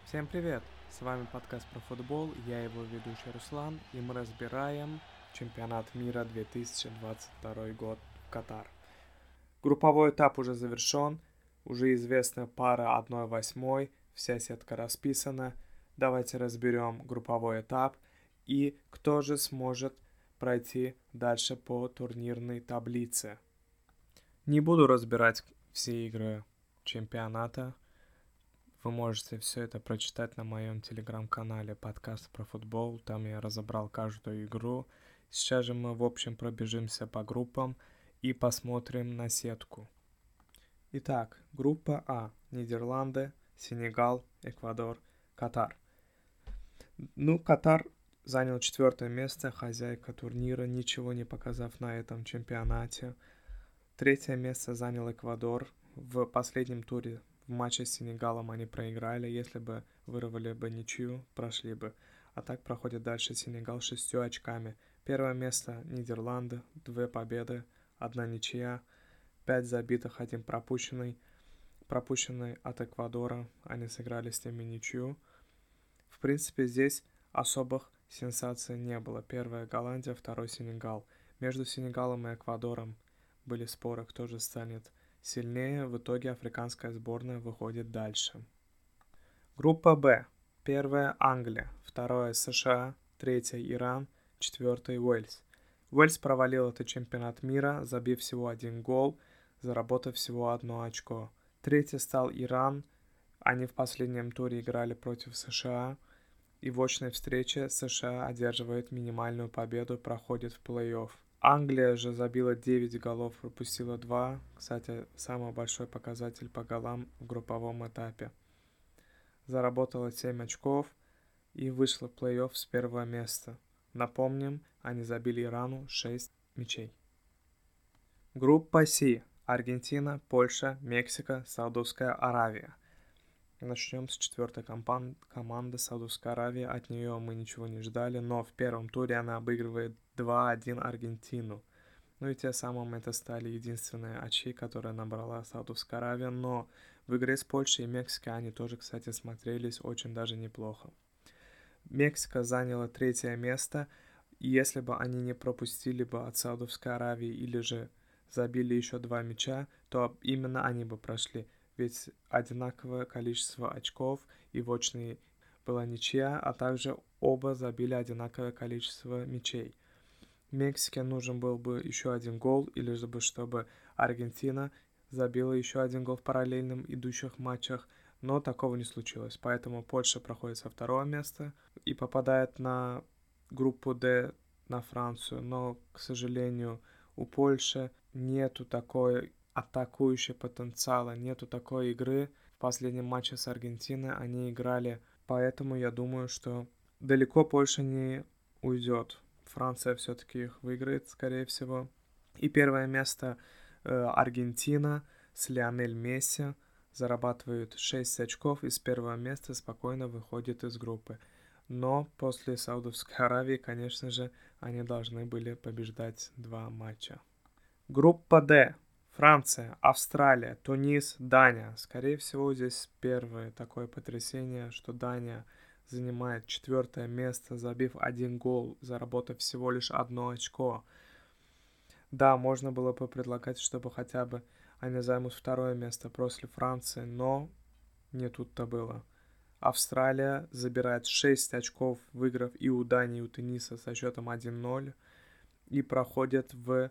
Всем привет! С вами подкаст про футбол, я его ведущий Руслан, и мы разбираем чемпионат мира 2022 год в Катар. Групповой этап уже завершен, уже известна пара 1/8, вся сетка расписана. Давайте разберем групповой этап и кто же сможет пройти дальше по турнирной таблице. Не буду разбирать все игры чемпионата. Вы можете все это прочитать на моем телеграм-канале подкаст про футбол. Там я разобрал каждую игру. Сейчас же мы в общем пробежимся по группам и посмотрим на сетку. Итак, группа А. Нидерланды, Сенегал, Эквадор, Катар. Катар занял 4 место, хозяйка турнира, ничего не показав на этом чемпионате. 3 место занял Эквадор. В последнем туре в матче с Сенегалом они проиграли. Если бы вырвали бы ничью, прошли бы. А так проходит дальше Сенегал 6 очками. 1 место Нидерланды, 2 победы, 1 ничья, 5 забитых, 1 пропущенный. Пропущенный от Эквадора, они сыграли с ними ничью. В принципе, здесь особых сенсаций не было. 1 Голландия, 2 Сенегал. Между Сенегалом и Эквадором были споры, кто же станет сильнее. В итоге африканская сборная выходит дальше. Группа Б. 1 Англия, 2 США, 3 Иран, 4 Уэльс. Уэльс провалил этот чемпионат мира, забив всего 1 гол, заработав всего 1 очко. 3 стал Иран. Они в последнем туре играли против США. И в очной встрече США одерживает минимальную победу, проходит в плей-офф. Англия же забила 9 голов, пропустила 2. Кстати, самый большой показатель по голам в групповом этапе. Заработала 7 очков и вышла в плей-офф с 1 места. Напомним, они забили Ирану 6 мячей. Группа С. Аргентина, Польша, Мексика, Саудовская Аравия. Начнем с 4 команды Саудовской Аравии. От нее мы ничего не ждали, но в первом туре она обыгрывает 2-1 Аргентину. И тем самым это стали единственные очки, которые набрала Саудовская Аравия. Но в игре с Польшей и Мексикой они тоже, кстати, смотрелись очень даже неплохо. Мексика заняла 3 место. И если бы они не пропустили бы от Саудовской Аравии или же забили еще 2 мяча, то именно они бы прошли. Ведь одинаковое количество очков и в очной была ничья, а также оба забили одинаковое количество мячей. Мексике нужен был бы еще 1 гол, или же бы, чтобы Аргентина забила еще 1 гол в параллельном идущих матчах, но такого не случилось. Поэтому Польша проходит со 2 места и попадает на группу D на Францию, но, к сожалению, у Польши нету такой атакующего потенциала, нету такой игры. В последнем матче с Аргентиной они играли, поэтому я думаю, что далеко Польша не уйдет. Франция все-таки их выиграет, скорее всего. И 1 место Аргентина с Лионель Месси зарабатывают 6 очков и с 1 места спокойно выходит из группы. Но после Саудовской Аравии, конечно же, они должны были побеждать 2 матча. Группа D. Франция, Австралия, Тунис, Дания. Скорее всего, здесь первое такое потрясение, что Дания занимает 4 место, забив 1 гол, заработав всего лишь 1 очко. Да, можно было бы предлагать, чтобы хотя бы они займут 2 место после Франции, но не тут-то было. Австралия забирает 6 очков, выиграв и у Дании, и у Туниса со счетом 1-0, и проходит в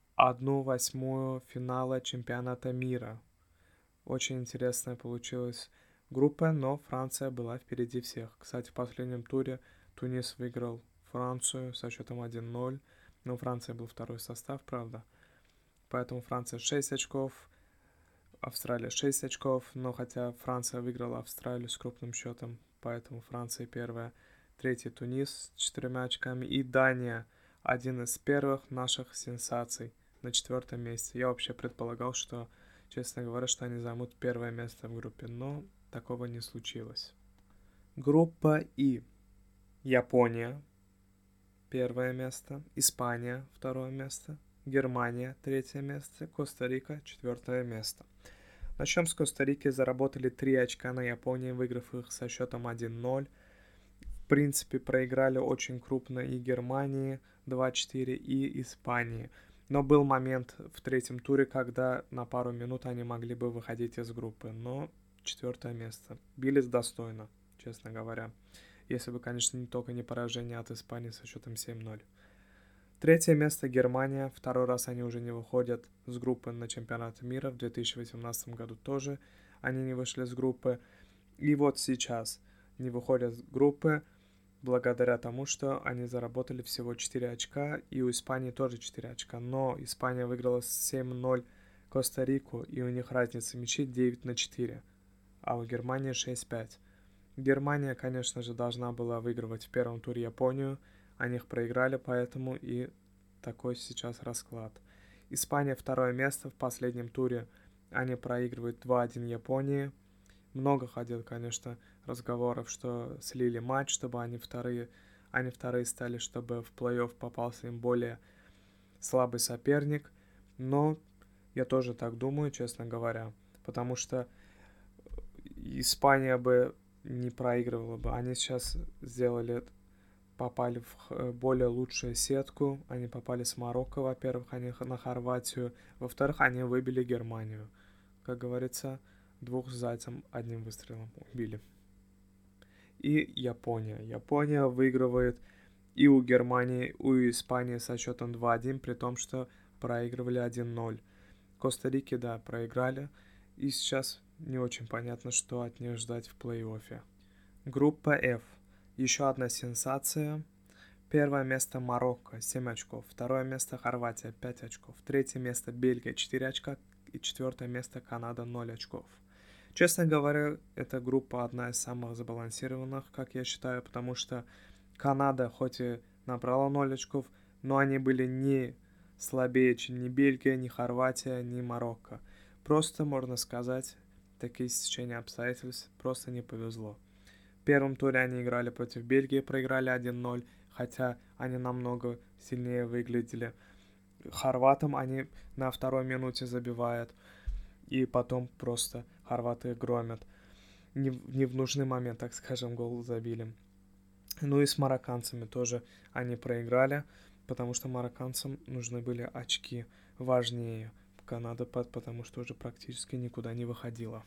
1/8 финала чемпионата мира. Очень интересная получилась группа, но Франция была впереди всех. Кстати, в последнем туре Тунис выиграл Францию со счетом 1-0. Но у Франции был второй состав, правда. Поэтому Франция 6 очков, Австралия 6 очков. Но хотя Франция выиграла Австралию с крупным счетом, поэтому Франция первая. 3 Тунис с 4 очками. И Дания один из первых наших сенсаций на 4 месте. Я вообще предполагал, что, честно говоря, что они займут 1 место в группе, но такого не случилось. Группа И. Япония 1 место, Испания 2 место, Германия 3 место, Коста-Рика 4 место. Начнем с Коста-Рики. Заработали 3 очка на Японии, выиграв их со счетом 1-0. В принципе, проиграли очень крупно и Германии 2-4, и Испании. Но был момент в третьем туре, когда на пару минут они могли бы выходить из группы. Но 4 место. Бились достойно, честно говоря. Если бы, конечно, только не поражение от Испании со счетом 7-0. 3 место Германия. Второй раз они уже не выходят с группы на чемпионат мира. В 2018 году тоже они не вышли с группы. И вот сейчас не выходят с группы благодаря тому, что они заработали всего 4 очка. И у Испании тоже 4 очка. Но Испания выиграла 7-0 Коста-Рику. И у них разница мячей 9-4. А у Германии 6-5. Германия, конечно же, должна была выигрывать в первом туре Японию. Они их проиграли, поэтому и такой сейчас расклад. Испания 2 место в последнем туре. Они проигрывают 2-1 Японии. Много ходил, конечно, разговоров, что слили матч, чтобы они вторые стали, чтобы в плей-офф попался им более слабый соперник. Но я тоже так думаю, честно говоря. Потому что Испания бы не проигрывала бы. Они сейчас попали в более лучшую сетку. Они попали с Марокко, во-первых, они на Хорватию. Во-вторых, они выбили Германию. Как говорится, 2 зайцем одним выстрелом убили. И Япония. Япония выигрывает и у Германии, и у Испании со счетом 2-1, при том, что проигрывали 1-0. Коста-Рике, да, проиграли. И сейчас не очень понятно, что от них ждать в плей-оффе. Группа F. Еще одна сенсация. 1 место Марокко, 7 очков. 2 место Хорватия, 5 очков. 3 место Бельгия, 4 очка. И 4 место Канада, 0 очков. Честно говоря, эта группа одна из самых забалансированных, как я считаю, потому что Канада хоть и набрала 0 очков, но они были не слабее, чем ни Бельгия, ни Хорватия, ни Марокко. Просто, можно сказать, такие стечения обстоятельств, просто не повезло. В первом туре они играли против Бельгии, проиграли 1-0, хотя они намного сильнее выглядели. Хорватам они на 2 минуте забивают, и потом просто хорваты громят. Не в нужный момент, так скажем, гол забили. Ну и с марокканцами тоже они проиграли, потому что марокканцам нужны были очки важнее. Канада, потому что уже практически никуда не выходила.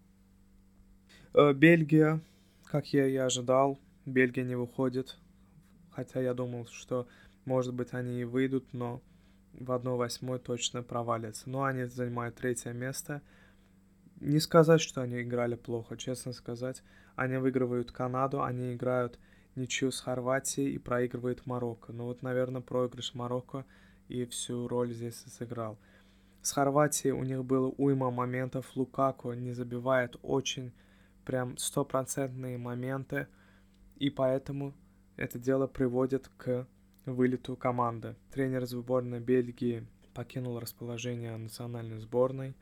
Бельгия, как я и ожидал, Бельгия не выходит. Хотя я думал, что, может быть, они и выйдут, но в 1/8 точно провалятся. Но они занимают 3 место. Не сказать, что они играли плохо, честно сказать. Они выигрывают Канаду, они играют ничью с Хорватией и проигрывают Марокко. Но вот, наверное, проигрыш Марокко и всю роль здесь сыграл. С Хорватией у них было уйма моментов. Лукаку не забивает очень прям 100% моменты. И поэтому это дело приводит к вылету команды. Тренер сборной Бельгии покинул расположение национальной сборной.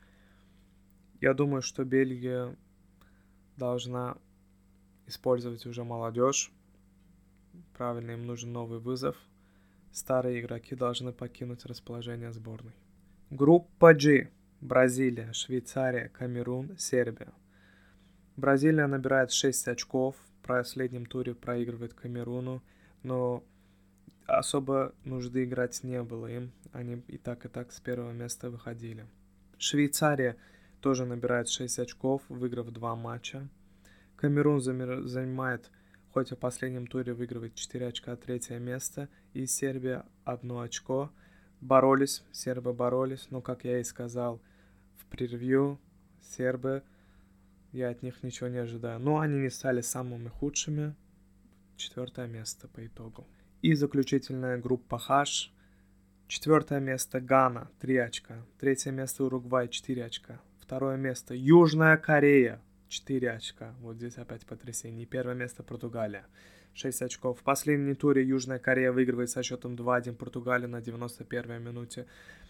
Я думаю, что Бельгия должна использовать уже молодежь. Правильно, им нужен новый вызов. Старые игроки должны покинуть расположение сборной. Группа G. Бразилия, Швейцария, Камерун, Сербия. Бразилия набирает 6 очков. В последнем туре проигрывает Камеруну. Но особо нужды играть не было им. Они и так с 1 места выходили. Швейцария тоже набирает 6 очков, выиграв 2 матча. Камерун занимает, хоть в последнем туре выигрывает 4 очка, 3 место. И Сербия 1 очко. Сербы боролись, но, как я и сказал в превью, сербы, я от них ничего не ожидаю. Но они не стали самыми худшими. 4 место по итогу. И заключительная группа H. 4 место Гана, 3 очка. 3 место Уругвай, 4 очка. 2 место Южная Корея, 4 очка. Вот здесь опять потрясение. 1 место Португалия, 6 очков. В последнем туре Южная Корея выигрывает со счетом 2-1 Португалию на 91-й минуте.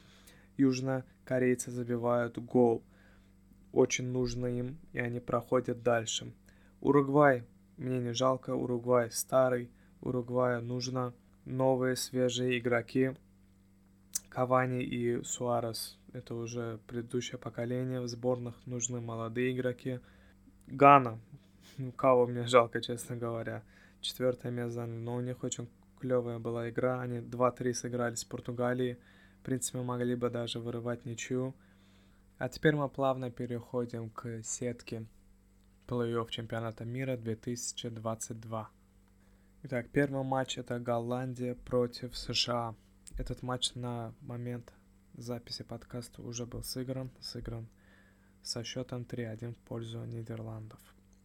Южнокорейцы забивают гол. Очень нужно им, и они проходят дальше. Уругвай, мне не жалко, Уругвай старый. Уругваю нужно новые свежие игроки, Кавани и Суарес — это уже предыдущее поколение. В сборных нужны молодые игроки. Гана. Кого мне жалко, честно говоря. 4 место заняли, но у них очень клевая была игра. Они 2-3 сыграли с Португалией. В принципе, могли бы даже вырывать ничью. А теперь мы плавно переходим к сетке плей-офф чемпионата мира 2022. Итак, первый матч — это Голландия против США. Этот матч на момент записи подкаста уже был сыгран со счетом 3-1 в пользу Нидерландов.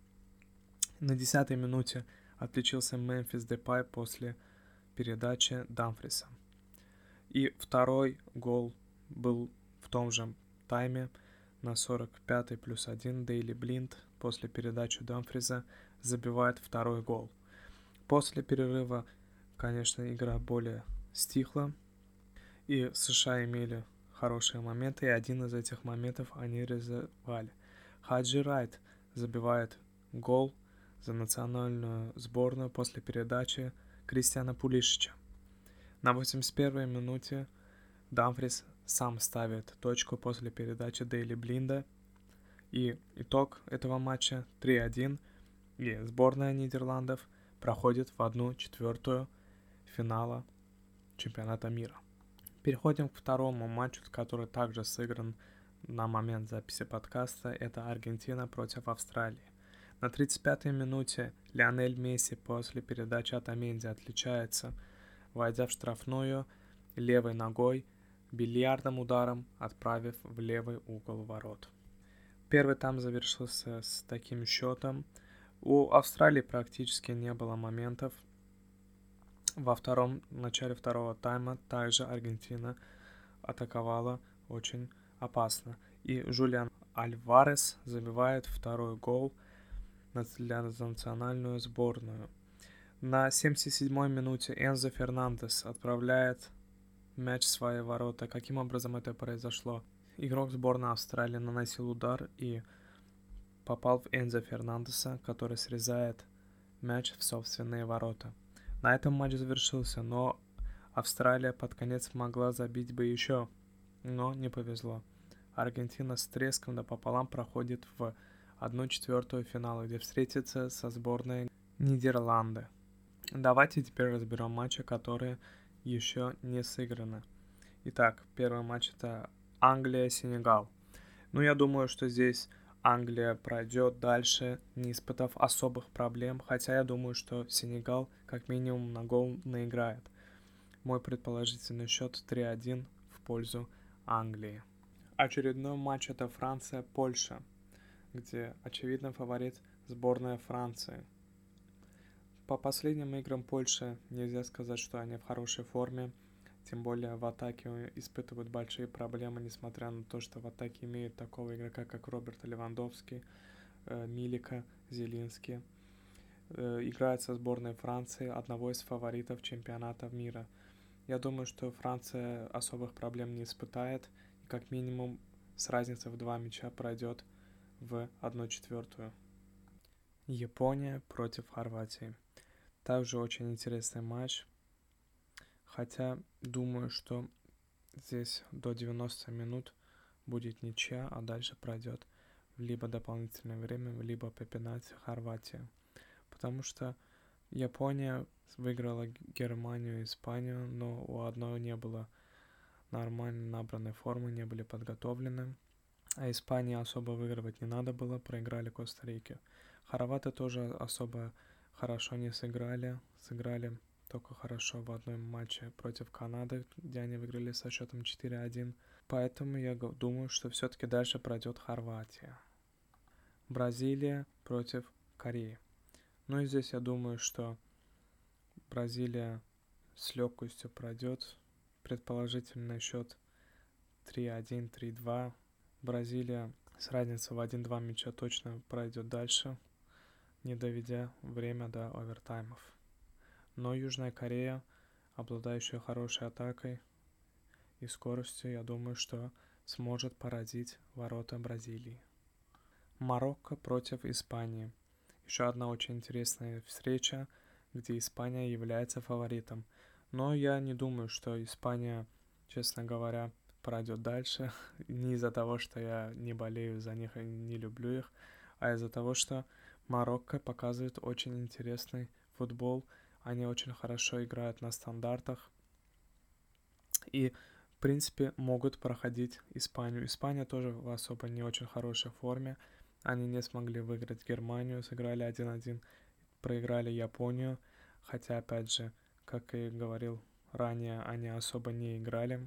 На 10-й минуте отличился Мемфис Депай после передачи Дамфриса. И второй гол был в том же тайме на 45-й плюс 1. Дейли Блинд после передачи Дамфриса забивает второй гол. После перерыва, конечно, игра более стихла, и США имели хорошие моменты, и один из этих моментов они реализовали. Хаджи Райт забивает гол за национальную сборную после передачи Кристиана Пулишича. На 81-й минуте Дамфрис сам ставит точку после передачи Дейли Блинда. И итог этого матча 3-1. И сборная Нидерландов проходит в 1/4 финала чемпионата мира. Переходим к второму матчу, который также сыгран на момент записи подкаста. Это Аргентина против Австралии. На 35-й минуте Лионель Месси после передачи Отamendi отличается, войдя в штрафную левой ногой, бильярдным ударом отправив в левый угол ворот. Первый тайм завершился с таким счетом. У Австралии практически не было моментов. В начале второго тайма также Аргентина атаковала очень опасно. И Жулиан Альварес забивает второй гол для национальную сборную. На 77-й минуте Энзо Фернандес отправляет мяч в свои ворота. Каким образом это произошло? Игрок сборной Австралии наносил удар и попал в Энзо Фернандеса, который срезает мяч в собственные ворота. На этом матч завершился, но Австралия под конец могла забить бы еще, но не повезло. Аргентина с треском напополам проходит в 1/4 финала, где встретится со сборной Нидерланды. Давайте теперь разберем матчи, которые еще не сыграны. Итак, первый матч — это Англия-Сенегал. Я думаю, что здесь Англия пройдет дальше, не испытав особых проблем, хотя я думаю, что Сенегал как минимум на гол наиграет. Мой предположительный счет 3-1 в пользу Англии. Очередной матч — это Франция-Польша, где очевидно фаворит сборная Франции. По последним играм Польши нельзя сказать, что они в хорошей форме, тем более в атаке испытывают большие проблемы, несмотря на то, что в атаке имеют такого игрока, как Роберт Левандовский, Милика, Зелинский. Играет со сборной Франции, одного из фаворитов чемпионата мира. Я думаю, что Франция особых проблем не испытает, и как минимум с разницей в 2 мяча пройдет в 1/4. Япония против Хорватии. Также очень интересный матч, хотя думаю, что здесь до 90 минут будет ничья, а дальше пройдет либо дополнительное время, либо по пенальти Хорватия. Потому что Япония выиграла Германию и Испанию, но у одной не было нормально набранной формы, не были подготовлены. А Испании особо выигрывать не надо было, проиграли Коста-Рике. Хорваты тоже особо хорошо не сыграли только хорошо в одном матче против Канады, где они выиграли со счетом 4-1. Поэтому я думаю, что все-таки дальше пройдет Хорватия. Бразилия против Кореи. И здесь я думаю, что Бразилия с легкостью пройдет. Предположительный счет 3-1, 3-2. Бразилия с разницей в 1-2 мяча точно пройдет дальше, не доведя время до овертаймов. Но Южная Корея, обладающая хорошей атакой и скоростью, я думаю, что сможет поразить ворота Бразилии. Марокко против Испании. Еще одна очень интересная встреча, где Испания является фаворитом. Но я не думаю, что Испания честно говоря, пройдет дальше. Не из-за того, что я не болею за них и не люблю их, а из-за того, что Марокко показывает очень интересный футбол. Они очень хорошо играют на стандартах. И, в принципе, могут проходить Испанию. Испания тоже в особо не очень хорошей форме. Они не смогли выиграть Германию, сыграли 1-1, проиграли Японию. Хотя, опять же, как и говорил ранее, они особо не играли.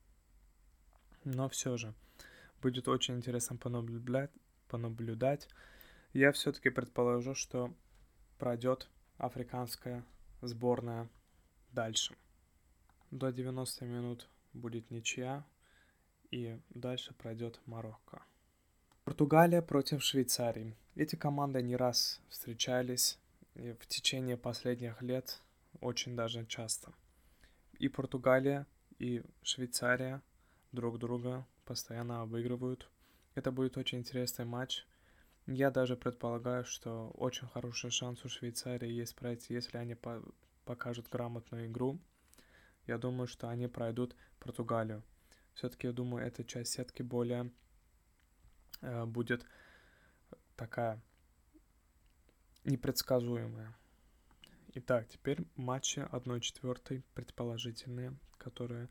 Но все же, будет очень интересно понаблюдать. Я все-таки предположу, что пройдет африканская сборная дальше. До 90 минут будет ничья, и дальше пройдет Марокко. Португалия против Швейцарии. Эти команды не раз встречались в течение последних лет, очень даже часто. И Португалия, и Швейцария друг друга постоянно обыгрывают. Это будет очень интересный матч. Я даже предполагаю, что очень хороший шанс у Швейцарии есть пройти, если они покажут грамотную игру. Я думаю, что они пройдут Португалию. Все-таки, я думаю, эта часть сетки более будет такая непредсказуемая. Итак, теперь матчи 1/4 предположительные, которые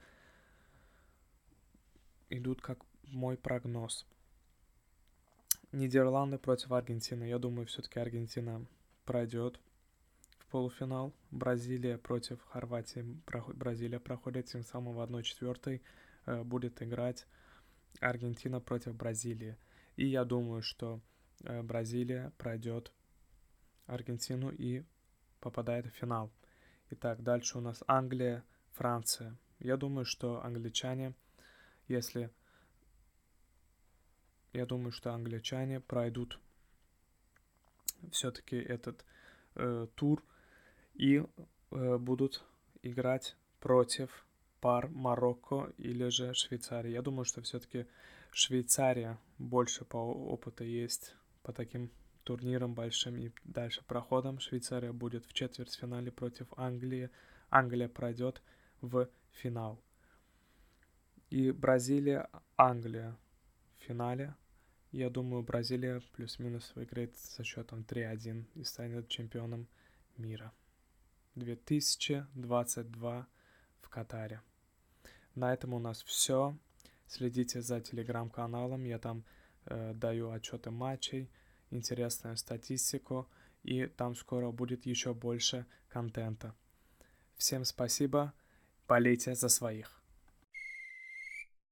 идут как мой прогноз. Нидерланды против Аргентины. Я думаю, все-таки Аргентина пройдет в полуфинал. Бразилия против Хорватии. Бразилия проходит, тем самым в 1/4 будет играть Аргентина против Бразилии. И я думаю, что Бразилия пройдет Аргентину и попадает в финал. Итак, дальше у нас Англия, Франция. Я думаю, что англичане пройдут все-таки этот тур и будут играть против пар Марокко или же Швейцарии. Я думаю, что все-таки Швейцария больше по опыту есть по таким турнирам большим и дальше проходам. Швейцария будет в четвертьфинале против Англии. Англия пройдет в финал. И Бразилия, Англия в финале. Я думаю, Бразилия плюс-минус выиграет со счетом 3-1 и станет чемпионом мира. 2022 в Катаре. На этом у нас все. Следите за телеграм-каналом. Я там даю отчеты матчей, интересную статистику. И там скоро будет еще больше контента. Всем спасибо. Болейте за своих.